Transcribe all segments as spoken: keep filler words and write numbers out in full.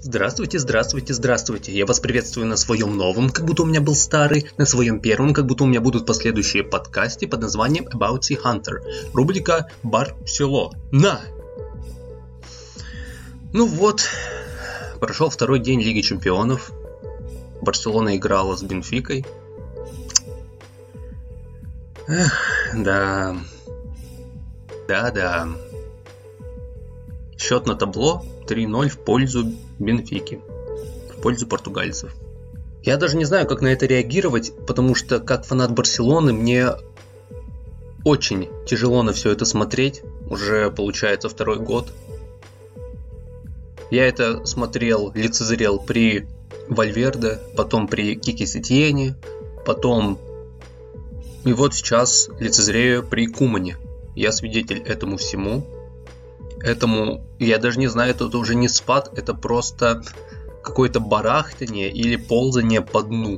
Здравствуйте, здравствуйте, здравствуйте. Я вас приветствую на своем новом, как будто у меня был старый, на своем первом, как будто у меня будут последующие подкасты под названием About Sea Hunter. Рубрика Барселона. Ну вот, прошел второй день Лиги Чемпионов. Барселона играла с Бенфикой. Эх, да. Да-да. Счет на табло три ноль в пользу Бенфики, в пользу португальцев. Я даже не знаю, как на это реагировать, потому что как фанат Барселоны мне очень тяжело на все это смотреть. Уже получается второй год. Я это смотрел, лицезрел при Вальверде, потом при Кике Сетьене, потом и вот сейчас лицезрею при Кумане. Я свидетель этому всему. Этому, я даже не знаю, это уже не спад, это просто какое-то барахтание или ползание по дну.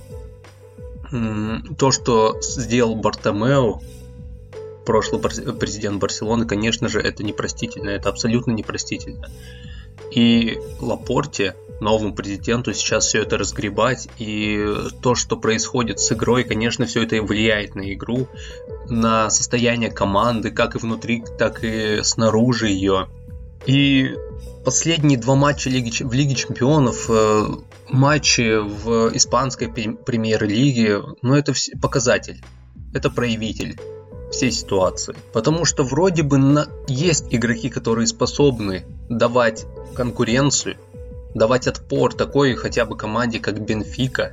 То, что сделал Бартомеу, прошлый президент Барселоны, конечно же, это непростительно, это абсолютно непростительно. И Лапорте, новому президенту, сейчас все это разгребать, и то, что происходит с игрой, конечно, все это влияет на игру, на состояние команды, как и внутри, так и снаружи ее. И последние два матча Лиги, в Лиге Чемпионов, э, матчи в испанской премьер-лиге, ну это показатель, это проявитель всей ситуации. Потому что вроде бы на... есть игроки, которые способны давать конкуренцию, давать отпор такой хотя бы команде, как Бенфика.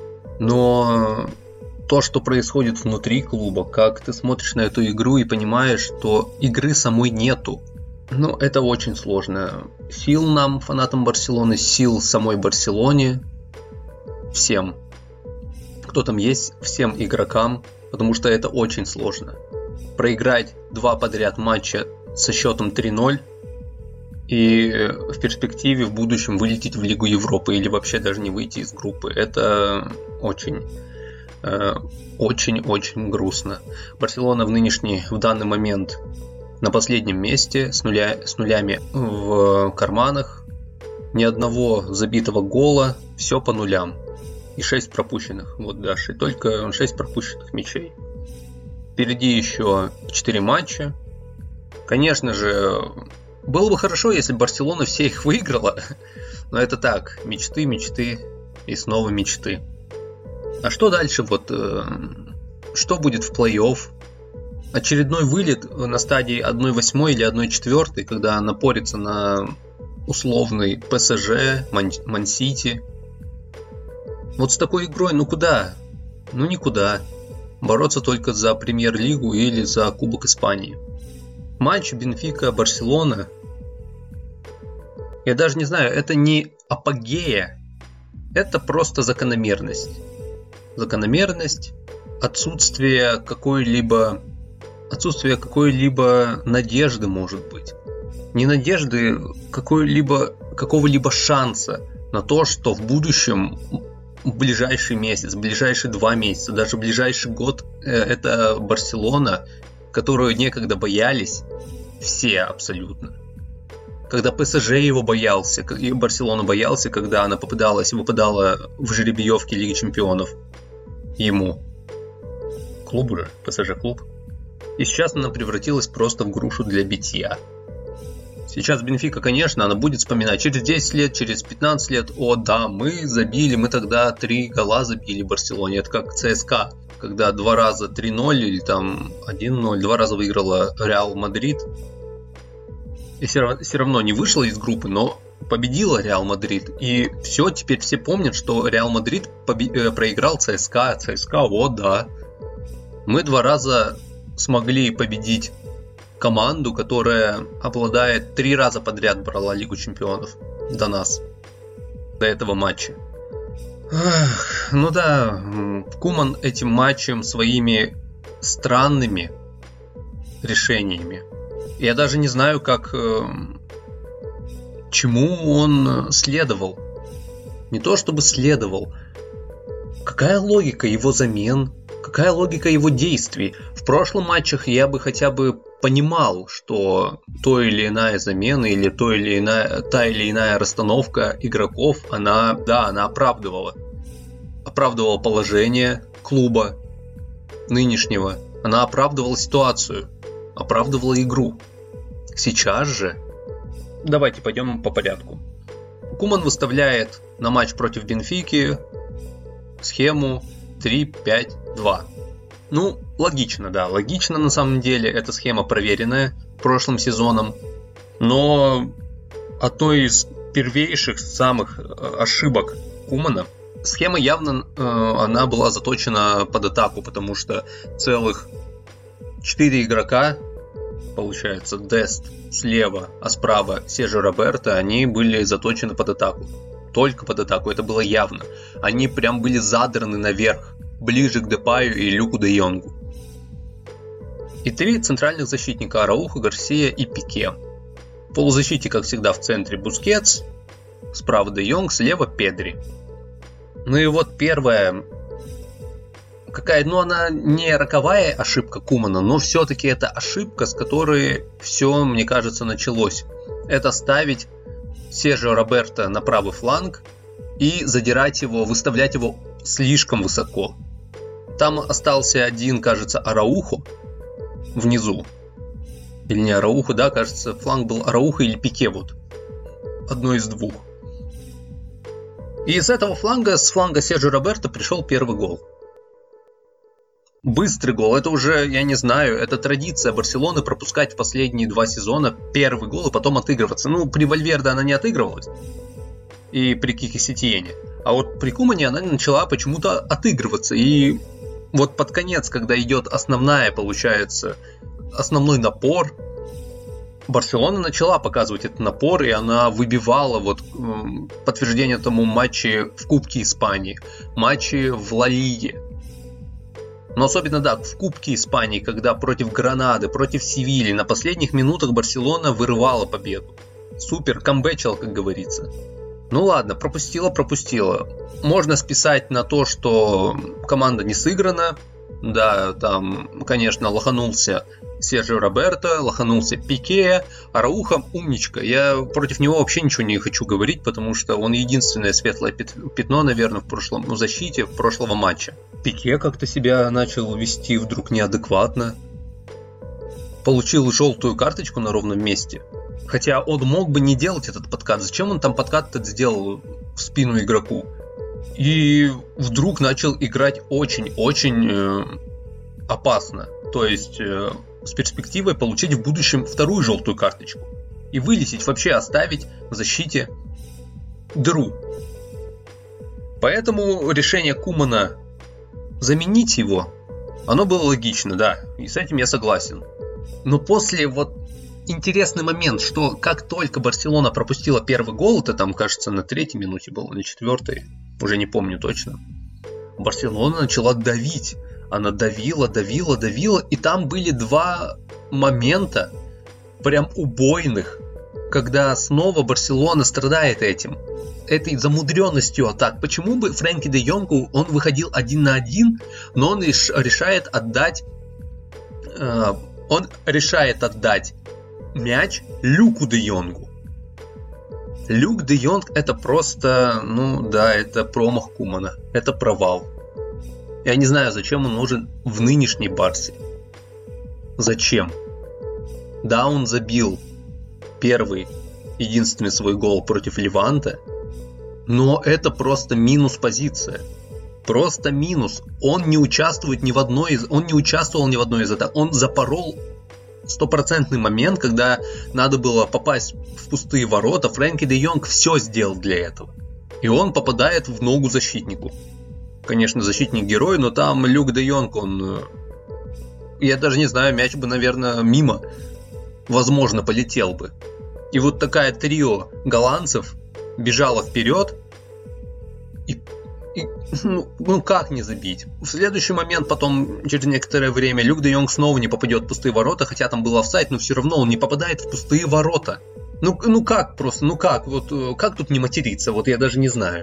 Но то, что происходит внутри клуба, как ты смотришь на эту игру и понимаешь, что игры самой нету. Ну, это очень сложно. Сил нам, фанатам Барселоны, сил самой Барселоне, всем, кто там есть, всем игрокам, потому что это очень сложно. Проиграть два подряд матча со счетом три ноль и в перспективе в будущем вылететь в Лигу Европы или вообще даже не выйти из группы, это очень, очень-очень грустно. Барселона в нынешний, в данный момент на последнем месте с, нуля, с нулями в карманах, ни одного забитого гола, все по нулям и шесть пропущенных, вот Даши, только шесть пропущенных мячей. Впереди еще четыре матча. Конечно же, было бы хорошо, если бы Барселона все их выиграла, но это так, мечты, мечты и снова мечты. А что дальше? Вот, э, что будет в плей-офф? Очередной вылет на стадии одна восьмая или одна четвертая, когда напорится на условный ПСЖ, Ман-Сити. Вот с такой игрой, ну куда? Ну никуда. Бороться только за премьер-лигу или за Кубок Испании. Матч Бенфика-Барселона, я даже не знаю, это не апогея, это просто закономерность. Закономерность, отсутствие какой-либо, отсутствие какой-либо надежды, может быть. Не надежды, какой-либо, какого-либо шанса на то, что в будущем, в ближайший месяц, в ближайшие два месяца, даже в ближайший год это Барселона, которую некогда боялись все абсолютно. Когда ПСЖ его боялся, и Барселона боялся, когда она попадалась, выпадала в жеребьевке Лиги Чемпионов ему. Клубу же, ПСЖ клуб. И сейчас она превратилась просто в грушу для битья. Сейчас Бенфика, конечно, она будет вспоминать через десять лет, через пятнадцать лет: о да, мы забили, мы тогда три гола забили Барселоне. Это как ЦСКА, когда два раза три ноль или там один ноль, два раза выиграла Реал Мадрид. И все, все равно не вышла из группы, но победила Реал Мадрид. И все, теперь все помнят, что Реал Мадрид побе- э, проиграл ЦСКА. ЦСКА, о да. Мы два раза смогли победить команду, которая обладает три раза подряд брала Лигу Чемпионов до нас, до этого матча. Ах, ну да, Куман этим матчем своими странными решениями. Я даже не знаю, как, э, чему он следовал. Не то чтобы следовал. Какая логика его замен? Какая логика его действий? В прошлых матчах я бы хотя бы понимал, что то или иная замена или то или иная, та или иная расстановка игроков, она, да, она оправдывала. Оправдывала положение клуба нынешнего. Она оправдывала ситуацию, оправдывала игру. Сейчас же... Давайте пойдем по порядку. Куман выставляет на матч против Бенфики схему три пять два. Ну, логично, да, логично на самом деле. Эта схема проверенная прошлым сезоном. Но одной из первейших самых ошибок Кумана, схема явно э, она была заточена под атаку, потому что целых четыре игрока, получается, Дест слева, а справа Сержио Роберто, они были заточены под атаку. Только под атаку, это было явно. Они прям были задраны наверх, ближе к Депаю и Люку де Йонгу. И три центральных защитника: Араухо, Гарсия и Пике. В полузащите, как всегда, в центре Бускетс, справа де Йонг, слева Педри. Ну и вот первая, какая, ну она не роковая ошибка Кумана, но все-таки это ошибка, с которой все, мне кажется, началось. Это ставить Сержио Роберто на правый фланг и задирать его, выставлять его слишком высоко. Там остался один, кажется, Араухо внизу. Или не Араухо, да, кажется, фланг был Араухо или Пике, вот. Одно из двух. И с этого фланга, с фланга Сержио Роберто пришел первый гол. Быстрый гол, это уже, я не знаю, это традиция Барселоны пропускать в последние два сезона первый гол и потом отыгрываться. Ну, при Вальверде она не отыгрывалась. И при Кике Сетиене. А вот при Кумане она начала почему-то отыгрываться. И вот под конец, когда идет основная, получается, основной напор, Барселона начала показывать этот напор, и она выбивала вот подтверждение тому матче в Кубке Испании, матче в Ла Лиге. Но особенно, да, в Кубке Испании, когда против Гранады, против Севильи на последних минутах Барселона вырывала победу. Супер, камбэчила, как говорится. Ну ладно, пропустила, пропустила. Можно списать на то, что команда не сыграна. Да, там, конечно, лоханулся Сержио Роберто, лоханулся Пике, Араухо умничка. Я против него вообще ничего не хочу говорить, потому что он единственное светлое пятно, наверное, в прошлом, ну, защите в прошлого матча. Пике как-то себя начал вести вдруг неадекватно. Получил желтую карточку на ровном месте. Хотя он мог бы не делать этот подкат. Зачем он там подкат этот сделал в спину игроку? И вдруг начал играть очень-очень э, опасно. То есть э, с перспективой получить в будущем вторую желтую карточку. И вылететь, вообще оставить в защите дыру. Поэтому решение Кумана заменить его, оно было логично, да. И с этим я согласен. Но после вот интересный момент, что как только Барселона пропустила первый гол, это там, кажется, на третьей минуте было, на четвертой, уже не помню точно, Барселона начала давить. Она давила, давила, давила, и там были два момента прям убойных, когда снова Барселона страдает этим, этой замудренностью атак. Почему бы Фрэнки де Йонгу, он выходил один на один, но он решает отдать, э, он решает отдать мяч Люку де Йонгу. Люк де Йонг это просто, ну да, это промах Кумана, это провал. Я не знаю, зачем он нужен в нынешней Барсе. Зачем? Да, он забил первый, единственный свой гол против Леванта, но это просто минус позиция. Просто минус. Он не участвует ни в одной из... Он не участвовал ни в одной из атак. Он запорол стопроцентный момент, когда надо было попасть в пустые ворота. Фрэнки де Йонг все сделал для этого. И он попадает в ногу защитнику. Конечно, защитник герой, но там Люк де Йонг, он... Я даже не знаю, мяч бы, наверное, мимо, возможно, полетел бы. И вот такая трио голландцев бежала вперед. И, и ну, ну как не забить? В следующий момент, потом, через некоторое время, Люк де Йонг снова не попадет в пустые ворота, хотя там был офсайд, но все равно он не попадает в пустые ворота. Ну, ну как просто, ну как? Вот как тут не материться? Вот я даже не знаю.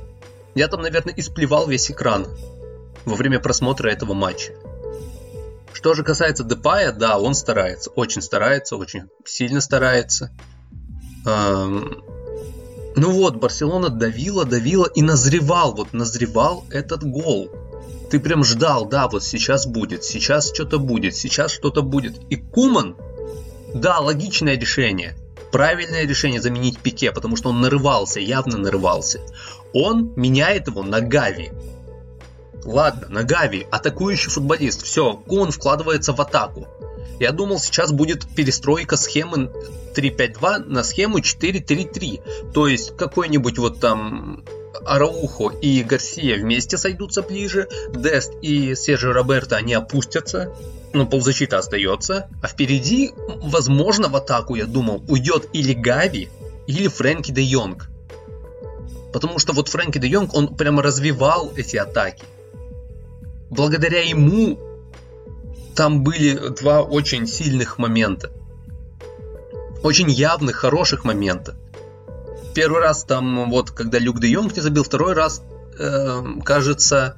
Я там, наверное, исплевал весь экран во время просмотра этого матча. Что же касается Депая, да, он старается, очень старается, очень сильно старается. Эм, ну вот, Барселона давила, давила и назревал, вот назревал этот гол. Ты прям ждал, да, вот сейчас будет, сейчас что-то будет, сейчас что-то будет. И Куман, да, логичное решение, правильное решение заменить Пике, потому что он нарывался, явно нарывался. Он меняет его на Гави. Ладно, на Гави, атакующий футболист, все, Куман вкладывается в атаку. Я думал, сейчас будет перестройка схемы три пять два на схему четыре три три. То есть какой-нибудь вот там Араухо и Гарсия вместе сойдутся ближе, Дест и Сержио Роберто они опустятся, но полузащита остается, а впереди, возможно, в атаку, я думал, уйдет или Гави, или Фрэнки де Йонг. Потому что вот Фрэнки де Йонг, он прямо развивал эти атаки. Благодаря ему там были два очень сильных момента. Очень явных, хороших момента. Первый раз там, вот, когда Люк де Йонг не забил, второй раз, э, кажется,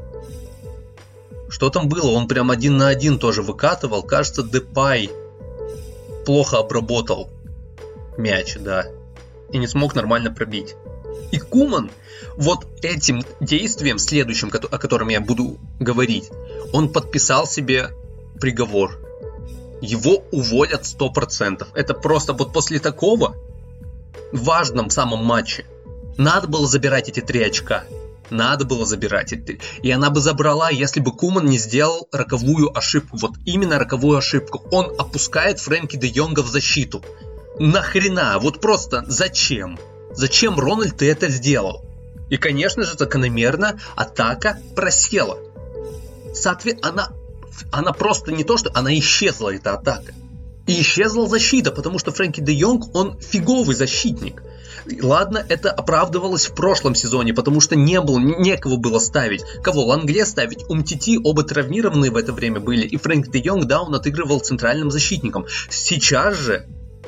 что там было? Он прям один на один тоже выкатывал. Кажется, Депай плохо обработал мяч, да, и не смог нормально пробить. И Куман вот этим действием, следующим, о котором я буду говорить, он подписал себе приговор. Его уволят сто процентов. Это просто вот после такого, в важном самом матче, надо было забирать эти три очка. Надо было забирать эти три. И она бы забрала, если бы Куман не сделал роковую ошибку. Вот именно роковую ошибку. Он опускает Фрэнки де Йонга в защиту. Нахрена? Вот просто зачем? Зачем, Рональд, ты это сделал? И, конечно же, закономерно атака просела. Соответственно, она, она просто не то, что она исчезла, эта атака. И исчезла защита, потому что Фрэнки де Йонг, он фиговый защитник. Ладно, это оправдывалось в прошлом сезоне, потому что не было, некого было ставить. Кого? Лангле ставить? Умтити, оба травмированные в это время были. И Фрэнки де Йонг, да, он отыгрывал центральным защитником. Сейчас же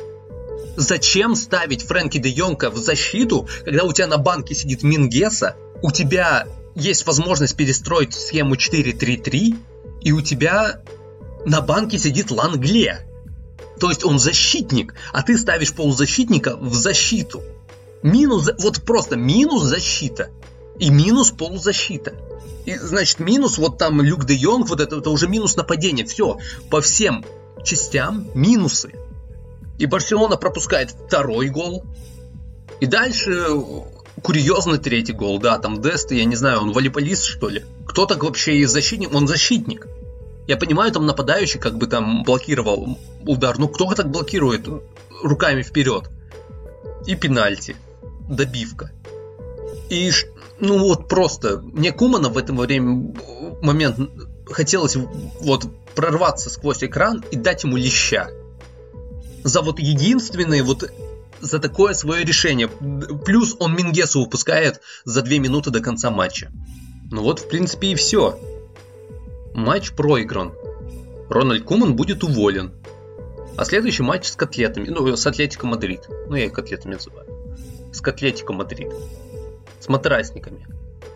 зачем ставить Фрэнки де Йонга в защиту, когда у тебя на банке сидит Мингеса, у тебя есть возможность перестроить схему четыре три три, и у тебя на банке сидит Лангле. То есть он защитник, а ты ставишь полузащитника в защиту. Минус, вот просто минус защита и минус полузащита. И значит минус вот там Люк де Йонг, вот это, это уже минус нападения. Все, по всем частям минусы. И Барселона пропускает второй гол. И дальше курьезный третий гол. Да, там Дест, я не знаю, он волейболист, что ли. Кто так вообще из защитников? Он защитник. Я понимаю, там нападающий как бы там блокировал удар. Ну кто так блокирует руками вперед? И пенальти. Добивка. И ну вот просто. Мне Кумана в этом время момент хотелось вот прорваться сквозь экран и дать ему леща. За вот единственное, вот за такое свое решение. Плюс он Мингесу выпускает за две минуты до конца матча. Ну вот, в принципе, и все. Матч проигран. Рональд Куман будет уволен. А следующий матч с котлетами. Ну, с Атлетико Мадрид. Ну, я их котлетами называю. С Атлетико Мадрид. С матрасниками.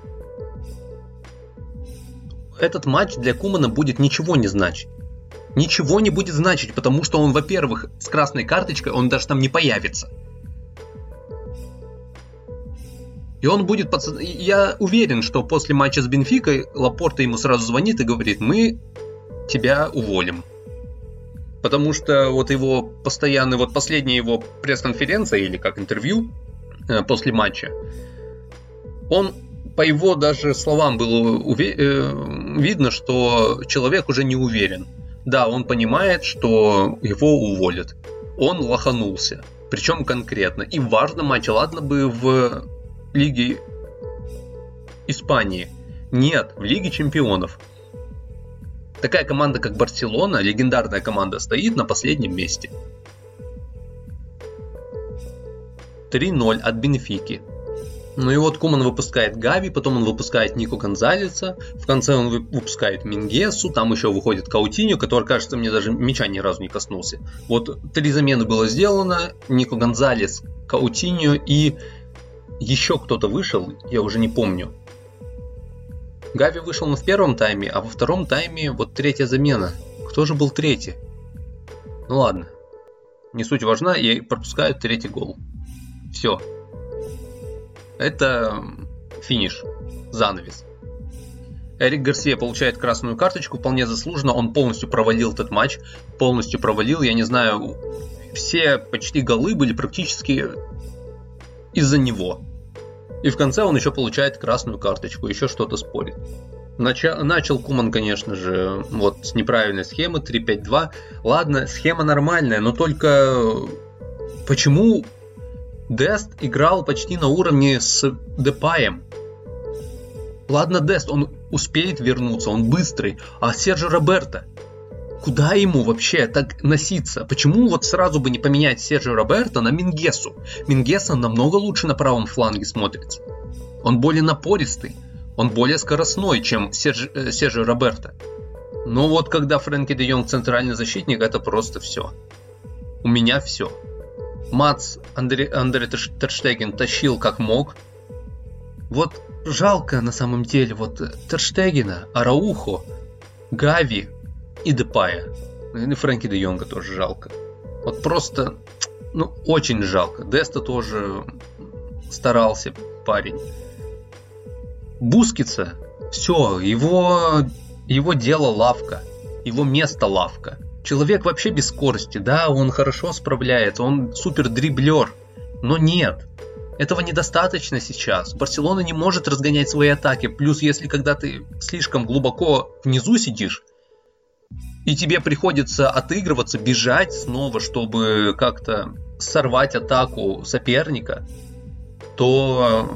Этот матч для Кумана будет ничего не значить. Ничего не будет значить, потому что он, во-первых, с красной карточкой, он даже там не появится. И он будет... Под... Я уверен, что после матча с Бенфикой Лапорта ему сразу звонит и говорит: мы тебя уволим. Потому что вот его постоянный, вот последняя его пресс-конференция или как интервью э, после матча, он, по его даже словам было уве... э, видно, что человек уже не уверен. Да, он понимает, что его уволят. Он лоханулся. Причем конкретно. И в важном матче, ладно бы в Лиге Испании. Нет, в Лиге Чемпионов. Такая команда, как Барселона, легендарная команда, стоит на последнем месте. три ноль от Бенфики. Ну и вот Куман выпускает Гави, потом он выпускает Нико Гонзалеса, в конце он выпускает Мингесу, там еще выходит Каутиньо, который, кажется, мне даже мяча ни разу не коснулся. Вот три замены было сделано: Нико Гонзалес, Каутиньо и еще кто-то вышел, я уже не помню. Гави вышел в первом тайме, а во втором тайме вот третья замена. Кто же был третий? Ну ладно. Не суть важна, и пропускают третий гол. Все. Это финиш. Занавес. Эрик Гарсия получает красную карточку, вполне заслуженно. Он полностью провалил этот матч. Полностью провалил. Я не знаю, все почти голы были практически из-за него. И в конце он еще получает красную карточку. Еще что-то спорит. Начал, начал Куман, конечно же, вот с неправильной схемы три пять два. Ладно, схема нормальная, но только почему Дест играл почти на уровне с Депаем? Ладно, Дест, он успеет вернуться, он быстрый, а Серджио Роберто? Куда ему вообще так носиться? Почему вот сразу бы не поменять Серджио Роберто на Мингесу? Мингеса намного лучше на правом фланге смотрится. Он более напористый, он более скоростной, чем Серж... Серджио Роберто. Но вот когда Фрэнки де Йонг центральный защитник, это просто все. У меня все. Мац Андре, Андре Тер Штеген тащил как мог. Вот жалко на самом деле вот Тер Штегена, Араухо, Гави и Депая. И Фрэнки де Йонга тоже жалко. Вот просто, ну, очень жалко. Деста тоже старался парень. Бускетса, все, его, его дело лавка. Его место лавка. Человек вообще без скорости, да, он хорошо справляется, он супер дриблер. Но нет. Этого недостаточно сейчас. Барселона не может разгонять свои атаки. Плюс, если когда ты слишком глубоко внизу сидишь, и тебе приходится отыгрываться, бежать снова, чтобы как-то сорвать атаку соперника, то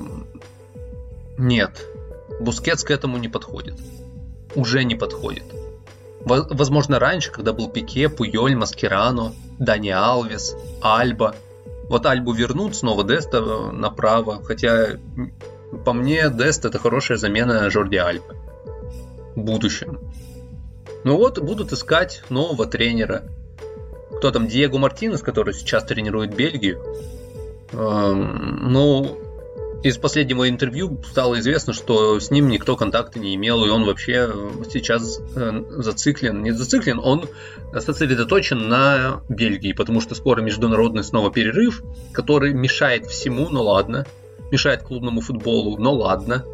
нет. Бускетс к этому не подходит. Уже не подходит. Возможно, раньше, когда был Пике, Пуйоль, Маскерано, Дани Алвес, Альба. Вот Альбу вернут, снова Деста направо. Хотя, по мне, Дест это хорошая замена Жорди Альбы в будущем. Ну вот, будут искать нового тренера. Кто там? Диего Мартинес, который сейчас тренирует Бельгию. Эм, ну, из последнего интервью стало известно, что с ним никто контакта не имел, и он вообще сейчас зациклен. Не зациклен, он сосредоточен на Бельгии, потому что скоро международный снова перерыв, который мешает всему, ну ладно. Мешает клубному футболу, но ладно.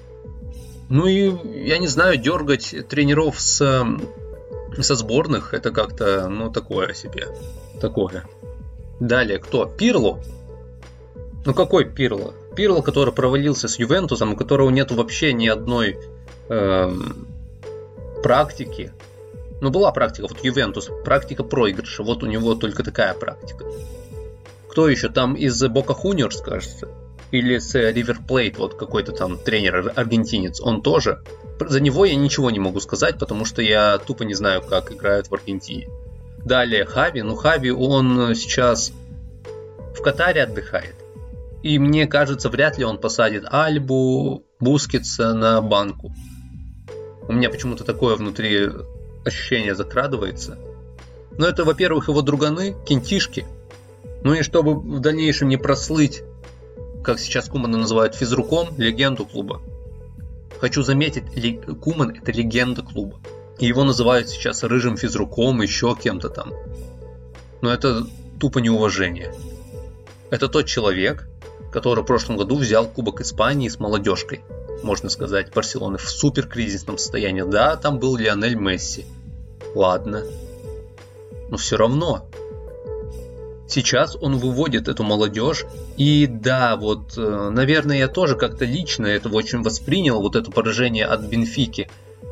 Ну и, я не знаю, дергать тренеров с, со сборных, это как-то, ну, такое себе. Такое. Далее, кто? Пирло? Ну какой Пирло? Пирло, который провалился с Ювентусом, у которого нет вообще ни одной эм, практики. Ну, была практика, вот Ювентус, практика проигрыша, вот у него только такая практика. Кто еще? Там из Бока Хуниорс, кажется, или с Ривер Плейт, вот какой-то там тренер аргентинец, он тоже. За него я ничего не могу сказать, потому что я тупо не знаю, как играют в Аргентине. Далее Хави, ну Хави, он сейчас в Катаре отдыхает. И мне кажется, вряд ли он посадит Альбу, Бускетса на банку. У меня почему-то такое внутри ощущение закрадывается. Но это, во-первых, его друганы, кентишки. Ну и чтобы в дальнейшем не прослыть, как сейчас Кумана называют, физруком, легенду клуба. Хочу заметить, Куман это легенда клуба. И его называют сейчас рыжим физруком, еще кем-то там. Но это тупо неуважение. Это тот человек, который в прошлом году взял Кубок Испании с молодежкой, можно сказать, Барселоны в супер кризисном состоянии. Да, там был Лионель Месси. Ладно. Но все равно. Сейчас он выводит эту молодежь. И да, вот, наверное, я тоже как-то лично это очень воспринял, вот это поражение от Бенфики.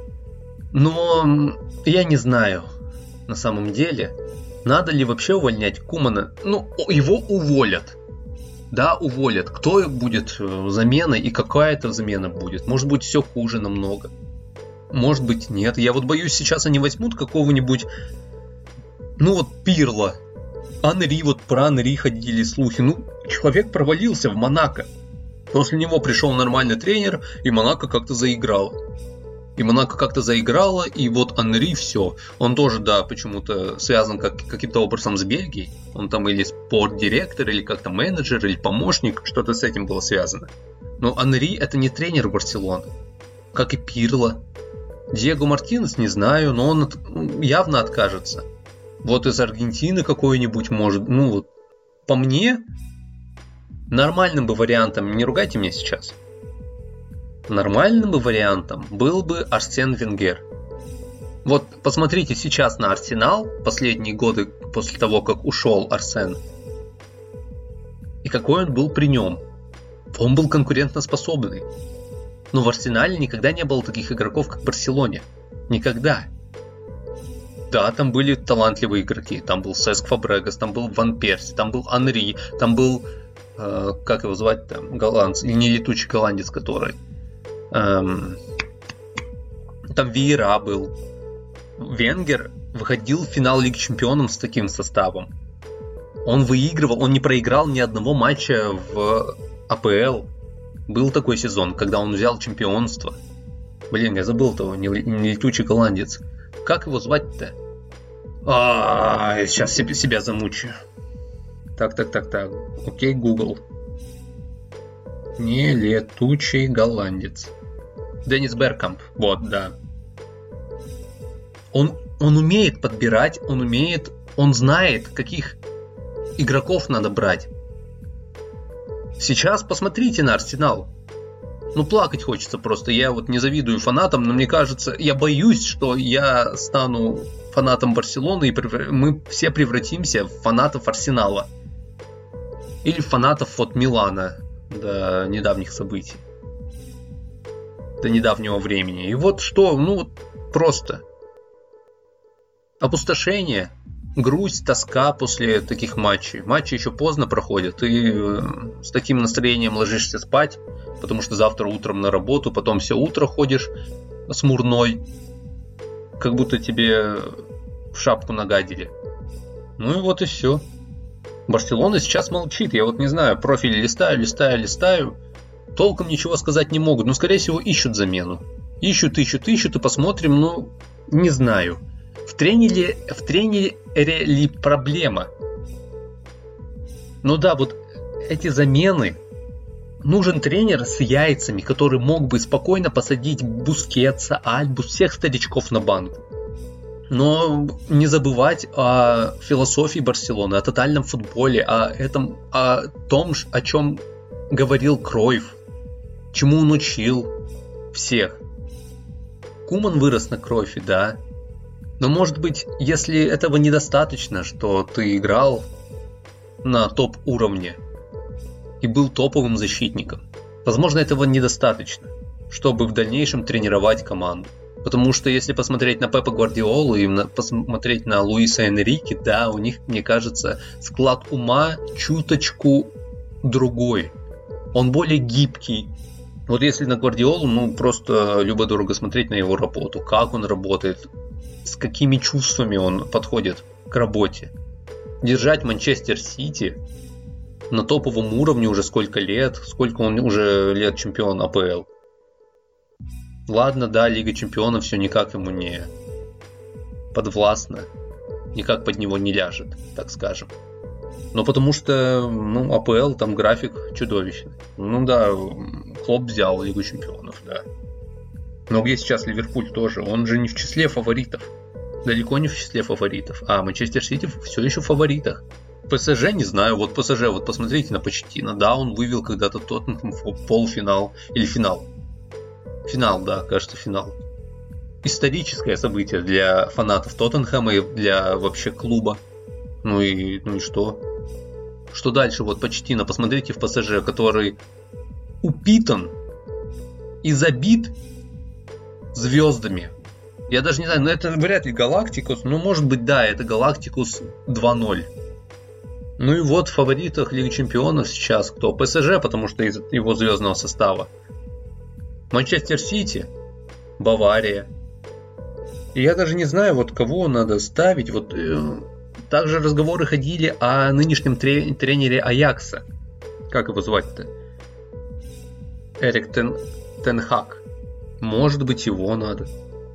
Но я не знаю, на самом деле, надо ли вообще увольнять Кумана. Ну, его уволят. Да, уволят. Кто будет заменой и какая это замена будет? Может быть, все хуже намного. Может быть, нет. Я вот боюсь, сейчас они возьмут какого-нибудь, ну вот, Пирло. Анри, вот про Анри ходили слухи. Ну, человек провалился в Монако. После него пришел нормальный тренер, и Монако как-то заиграло. И Монако как-то заиграло, и вот Анри все. Он тоже, да, почему-то связан как, каким-то образом с Бельгией. Он там или спорт-директор, или как-то менеджер, или помощник. Что-то с этим было связано. Но Анри это не тренер Барселоны. как и Пирло. Диего Мартинес не знаю, но он от... явно откажется. Вот из Аргентины какой-нибудь может. Ну вот, по мне, нормальным бы вариантом, не ругайте меня сейчас, нормальным бы вариантом был бы Арсен Венгер. Вот посмотрите сейчас на Арсенал последние годы после того, как ушел Арсен. И какой он был при нем. Он был конкурентоспособный. Но в Арсенале никогда не было таких игроков, как в Барселоне. Никогда. Да, там были талантливые игроки. Там был Сеск Фабрегас, там был Ван Перси, там был Анри, там был, э, как его звать там, голландец, или не летучий голландец, который. Эм, там Виера был. Венгер выходил в финал Лиги Чемпионов с таким составом. Он выигрывал, он не проиграл ни одного матча в АПЛ. Был такой сезон, когда он взял чемпионство. Блин, я забыл того, не, не летучий голландец. Как его звать-то? А, я сейчас себе, себя замучаю. Так, так, так, так. Окей, Google. Не летучий голландец. Деннис Беркамп. Вот, да. Он, он умеет подбирать, он умеет, он знает, каких игроков надо брать. Сейчас посмотрите на Арсенал. Ну, плакать хочется просто. Я вот не завидую фанатам, но мне кажется, я боюсь, что я стану фанатом Барселоны, и мы все превратимся в фанатов Арсенала. Или фанатов от Милана до недавних событий. До недавнего времени. И вот что, ну, вот просто опустошение, грусть, тоска после таких матчей. Матчи еще поздно проходят. Ты с таким настроением ложишься спать, потому что завтра утром на работу, потом все утро ходишь смурной, как будто тебе в шапку нагадили. Ну и вот и все. Барселона сейчас молчит. Я вот не знаю, профиль листаю, листаю, листаю. Толком ничего сказать не могут. Но, скорее всего, ищут замену. Ищут, ищут, ищут, и посмотрим. Ну, не знаю. В тренере, в тренере ли проблема? Ну да, вот эти замены. Нужен тренер с яйцами, который мог бы спокойно посадить Бускетса, Альбу, всех старичков на банку. Но не забывать о философии Барселоны, о тотальном футболе, о этом, о том, о чем говорил Кройф, чему он учил всех. Куман вырос на Кройфе, да. Но может быть, если этого недостаточно, что ты играл на топ-уровне и был топовым защитником, возможно, этого недостаточно, чтобы в дальнейшем тренировать команду. Потому что если посмотреть на Пепа Гвардиолу и на, посмотреть на Луиса Энрике, да, у них, мне кажется, склад ума чуточку другой. Он более гибкий. Вот если на Гвардиолу, ну просто любо-дорого смотреть на его работу, как он работает, с какими чувствами он подходит к работе. Держать Манчестер Сити на топовом уровне уже сколько лет, сколько он уже лет чемпион АПЛ. Ладно, да, Лига Чемпионов все никак ему не подвластна, никак под него не ляжет, так скажем. Но потому что, ну, АПЛ, там график чудовищный. Ну да, Клоп взял Лигу Чемпионов, да. Но где сейчас Ливерпуль тоже? Он же не в числе фаворитов. Далеко не в числе фаворитов. А Манчестер Сити все еще в фаворитах. ПСЖ, не знаю, вот ПСЖ, вот посмотрите на Почеттино. Да, он вывел когда-то Тоттенхэм в полуфинал или финал. Финал, да, кажется, финал. Историческое событие для фанатов Тоттенхэма и для вообще клуба. Ну и, ну и что? Что дальше? Вот Почеттино, посмотрите в ПСЖ, который упитан и забит звездами. Я даже не знаю, но это вряд ли Галактикус. Ну, может быть, да, это Галактикус два ноль. Ну и вот в фаворитах Лиги Чемпионов сейчас кто? ПСЖ, потому что из его звездного состава. Манчестер Сити, Бавария. И я даже не знаю, вот кого надо ставить. Вот э, также разговоры ходили о нынешнем тре- тренере Аякса. Как его звать-то? Эрик Тен, Тенхаг. Может быть, его надо.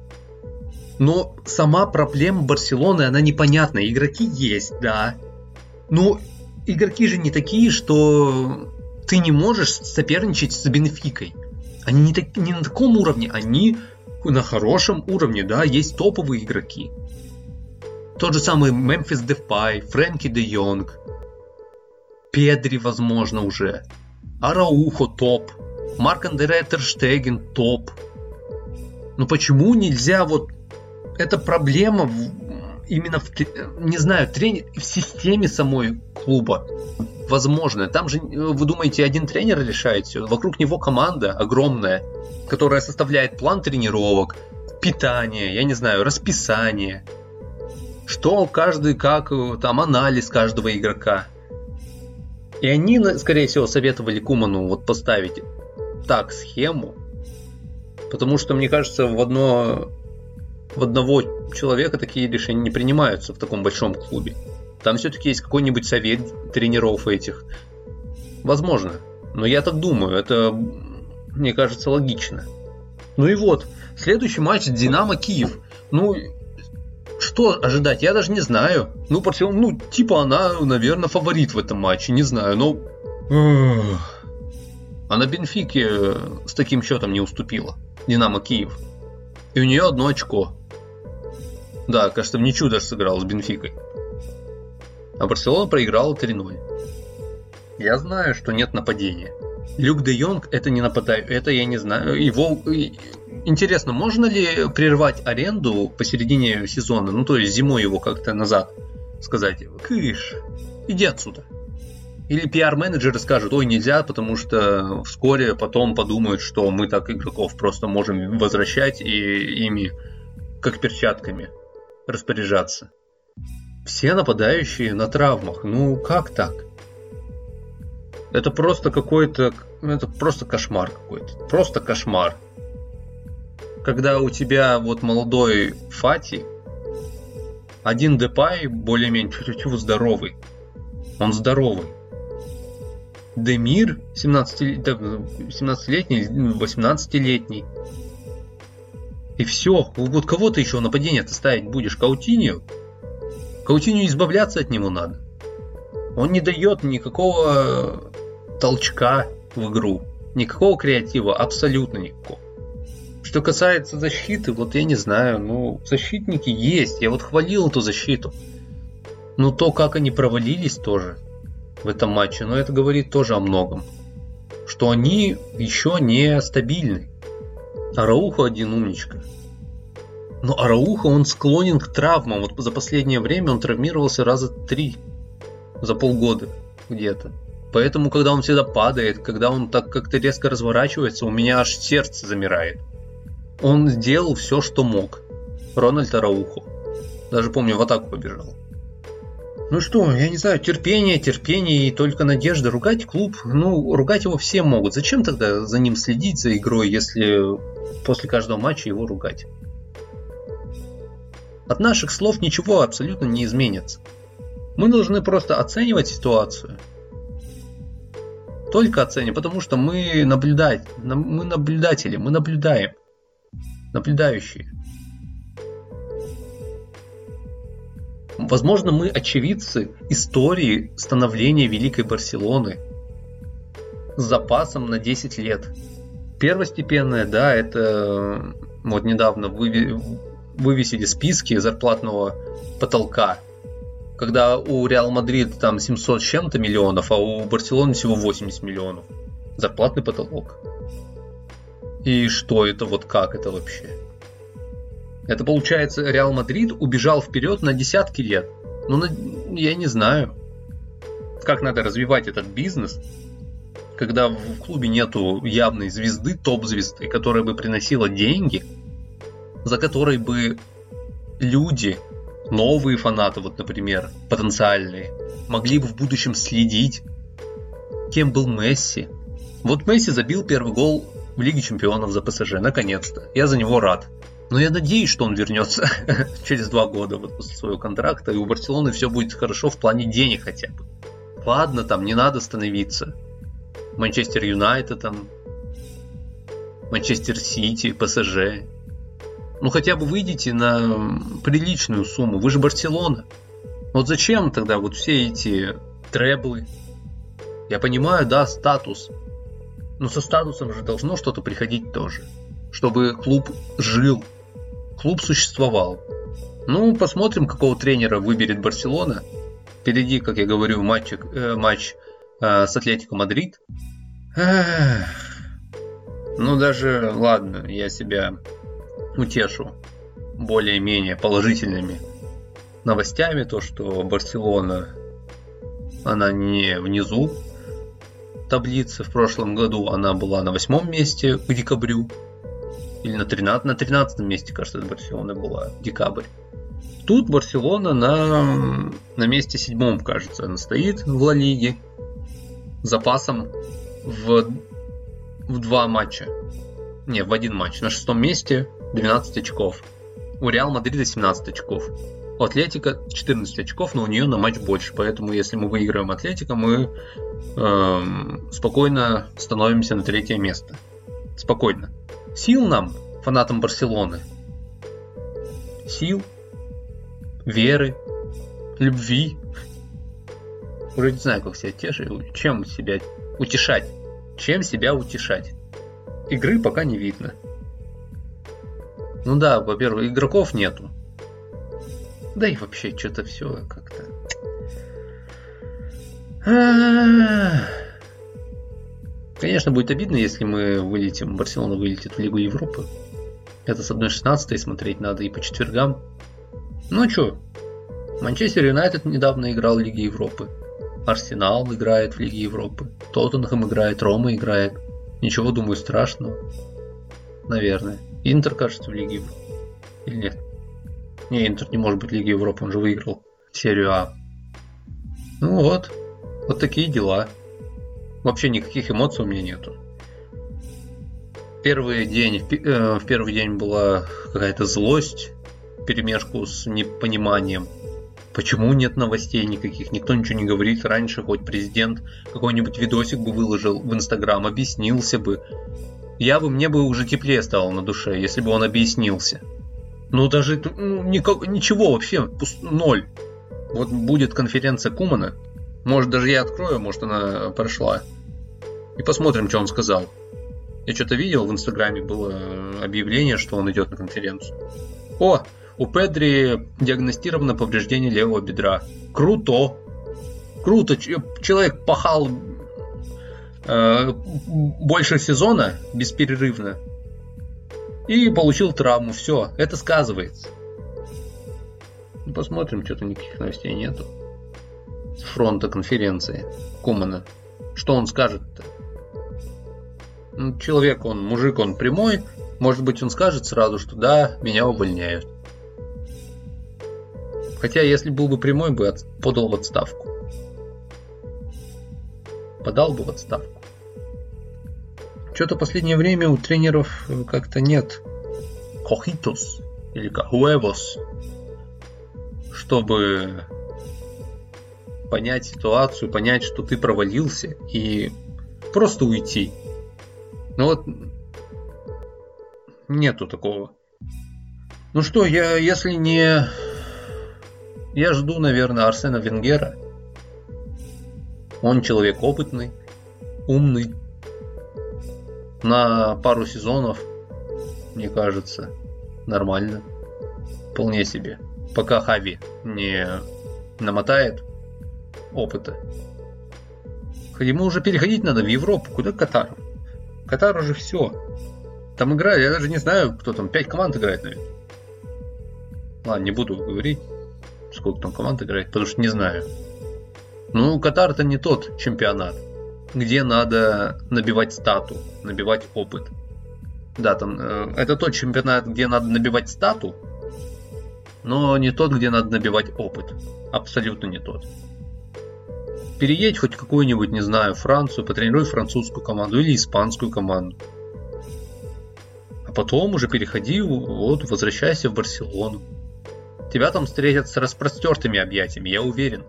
Но сама проблема Барселоны, она непонятна. Игроки есть, да. Но игроки же не такие, что ты не можешь соперничать с Бенфикой. Они не, так, не на таком уровне, они на хорошем уровне, да, есть топовые игроки. Тот же самый Мемфис Депай, Фрэнки де Йонг, Педри, возможно, уже, Араухо топ, Марк-Андре Тер Штеген топ. Но почему нельзя вот... Это проблема в, именно в, не знаю, тренер, в системе самой клуба. Возможно. Там же, вы думаете, один тренер решает все? Вокруг него команда огромная, которая составляет план тренировок, питание, я не знаю, расписание. Что каждый, как там анализ каждого игрока. И они, скорее всего, советовали Куману вот поставить так схему. Потому что, мне кажется, в, одно, в одного человека такие решения не принимаются в таком большом клубе. Там все-таки есть какой-нибудь совет тренеров этих. Возможно. Но я так думаю. Это, мне кажется, логично. Ну и вот. Следующий матч Динамо Киев. Ну, что ожидать? Я даже не знаю. Ну, Барселона, ну, типа она, наверное, фаворит в этом матче. Не знаю, но... Она Бенфике с таким счетом не уступила. Динамо Киев. И у нее одно очко. Да, кажется, в ничью даже сыграла с Бенфикой. А Барселона проиграла три ноль. Я знаю, что нет нападения. Люк де Йонг это не нападает. Это я не знаю. Его... Интересно, можно ли прервать аренду посередине сезона? Ну, то есть зимой его как-то назад сказать: «Кыш, иди отсюда». Или пиар-менеджеры скажут: ой, нельзя, потому что вскоре потом подумают, что мы так игроков просто можем возвращать и ими как перчатками распоряжаться. Все нападающие на травмах. Ну, как так? Это просто какой-то... Это просто кошмар какой-то. Просто кошмар. Когда у тебя вот молодой Фати, один Депай более-менее чуть-чуть здоровый. Он здоровый. Демир семнадцатилетний, восемнадцатилетний. И все. Вот кого ты еще нападение-то ставить будешь? Каутинью? Каутинью избавляться от него надо. Он не дает никакого толчка в игру. Никакого креатива. Абсолютно никакого. Что касается защиты, вот я не знаю. Ну, защитники есть. Я вот хвалил эту защиту. Но то, как они провалились тоже в этом матче, но это говорит тоже о многом. Что они еще не стабильны. Араухо один умничка. Но Араухо, он склонен к травмам. Вот за последнее время он травмировался раза три. За полгода где-то. Поэтому, когда он всегда падает, когда он так как-то резко разворачивается, у меня аж сердце замирает. Он сделал все, что мог. Рональд Араухо. Даже помню, в атаку побежал. Ну что, я не знаю, терпение, терпение и только надежда. Ругать клуб, ну, ругать его все могут. Зачем тогда за ним следить, за игрой, если после каждого матча его ругать? От наших слов ничего абсолютно не изменится. Мы должны просто оценивать ситуацию. Только оценивать, потому что мы наблюдать, мы наблюдатели, мы наблюдаем. Наблюдающие. Возможно, мы очевидцы истории становления Великой Барселоны с запасом на десять лет. Первостепенное, да, это вот недавно вывесили списки зарплатного потолка, когда у Реал Мадрид там семьсот с чем-то миллионов, а у Барселоны всего восемьдесят миллионов. Зарплатный потолок. И что это, вот как это вообще? Это получается, Реал Мадрид убежал вперед на десятки лет. Ну, на, я не знаю, как надо развивать этот бизнес, когда в клубе нету явной звезды, топ-звезды, которая бы приносила деньги, за которые бы люди, новые фанаты, вот, например, потенциальные, могли бы в будущем следить, кем был Месси. Вот Месси забил первый гол в Лиге Чемпионов за ПСЖ, наконец-то. Я за него рад. Но я надеюсь, что он вернется через два года вот после своего контракта, и у Барселоны все будет хорошо в плане денег хотя бы. Ладно, там не надо становиться. Манчестер Юнайтед, там, Манчестер Сити, ПСЖ. Ну хотя бы выйдите на приличную сумму. Вы же Барселона. Вот зачем тогда вот все эти треблы? Я понимаю, да, статус. Но со статусом же должно что-то приходить тоже. Чтобы клуб жил. Клуб существовал. Ну, посмотрим, какого тренера выберет Барселона. Впереди, как я говорю, матчик, э, матч э, с Атлетико Мадрид. Эх. Ну, даже, ладно, я себя утешу более-менее положительными новостями. То, что Барселона, она не внизу таблицы. В прошлом году она была на восьмом месте к декабрю. Или на тринадцатом, на тринадцатом месте, кажется, Барселона была, декабрь. Тут Барселона на, на месте седьмом, кажется, она стоит в Ла Лиге. С запасом в, в два матча. Не, в один матч. На шестом месте двенадцать очков. У Реал Мадрида семнадцать очков. У Атлетико четырнадцать очков, но у нее на матч больше. Поэтому, если мы выиграем Атлетико, мы эм, спокойно становимся на третье место. Спокойно. Сил нам, фанатам Барселоны. Сил, веры, любви. Уже не знаю, как себя тешить. Чем себя утешать? Чем себя утешать? Игры пока не видно. Ну да, во-первых, игроков нету. Да и вообще что-то все как-то... Конечно, будет обидно, если мы вылетим, Барселона вылетит в Лигу Европы. Это с одной шестнадцатой смотреть надо и по четвергам. Ну чё, Манчестер Юнайтед недавно играл в Лиге Европы. Арсенал играет в Лиге Европы. Тоттенхэм играет, Рома играет. Ничего, думаю, страшного. Наверное. Интер, кажется, в Лиге Европы. Или нет? Не, Интер не может быть в Лиге Европы, он же выиграл серию А. Ну вот, вот такие дела. Вообще никаких эмоций у меня нету. Первый день, в первый день была какая-то злость, вперемешку с непониманием. Почему нет новостей никаких? Никто ничего не говорит. Раньше хоть президент какой-нибудь видосик бы выложил в Инстаграм, объяснился бы. Я бы, мне бы уже теплее стало на душе, если бы он объяснился. Ну даже ну, никак, ничего вообще, пуст, ноль. Вот будет конференция Кумана. Может даже я открою, может она прошла. И посмотрим, что он сказал. Я что-то видел в Инстаграме, было объявление, что он идет на конференцию. О, у Педри диагностировано повреждение левого бедра. Круто. Круто. Человек пахал э, больше сезона бесперерывно. И получил травму. Все, это сказывается. Ну, посмотрим, что-то никаких новостей нету. С фронта конференции Кумана. Что он скажет-то? Ну, человек, он, мужик, он прямой. Может быть, он скажет сразу, что да, меня увольняют. Хотя, если был бы прямой, бы от... подал в отставку. Подал бы в отставку. Что-то в последнее время у тренеров как-то нет кохитос или кахуэвос, чтобы понять ситуацию, понять, что ты провалился и просто уйти. Ну вот нету такого. Ну что, я если не... Я жду, наверное, Арсена Венгера. Он человек опытный, умный. На пару сезонов, мне кажется, нормально. Вполне себе. Пока Хави не намотает опыта. Ему уже переходить надо в Европу. Куда Катар? Катар уже все. Там играет, я даже не знаю, кто там. Пять команд играет, наверное. Ладно, не буду говорить, сколько там команд играет, потому что не знаю. Ну, Катар это не тот чемпионат, где надо набивать стату, набивать опыт. Да, там э, это тот чемпионат, где надо набивать стату, но не тот, где надо набивать опыт. Абсолютно не тот. Переедь хоть какую-нибудь, не знаю, Францию, потренируй французскую команду или испанскую команду. А потом уже переходи, вот, возвращайся в Барселону. Тебя там встретят с распростертыми объятиями, я уверен.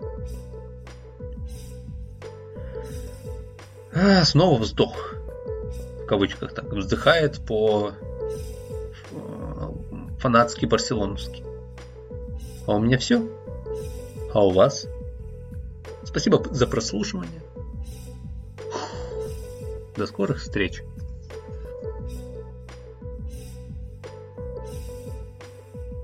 А, снова вздох. В кавычках так. Вздыхает по фанатски барселоновски. А у меня все. А у вас? Спасибо за прослушивание. До скорых встреч!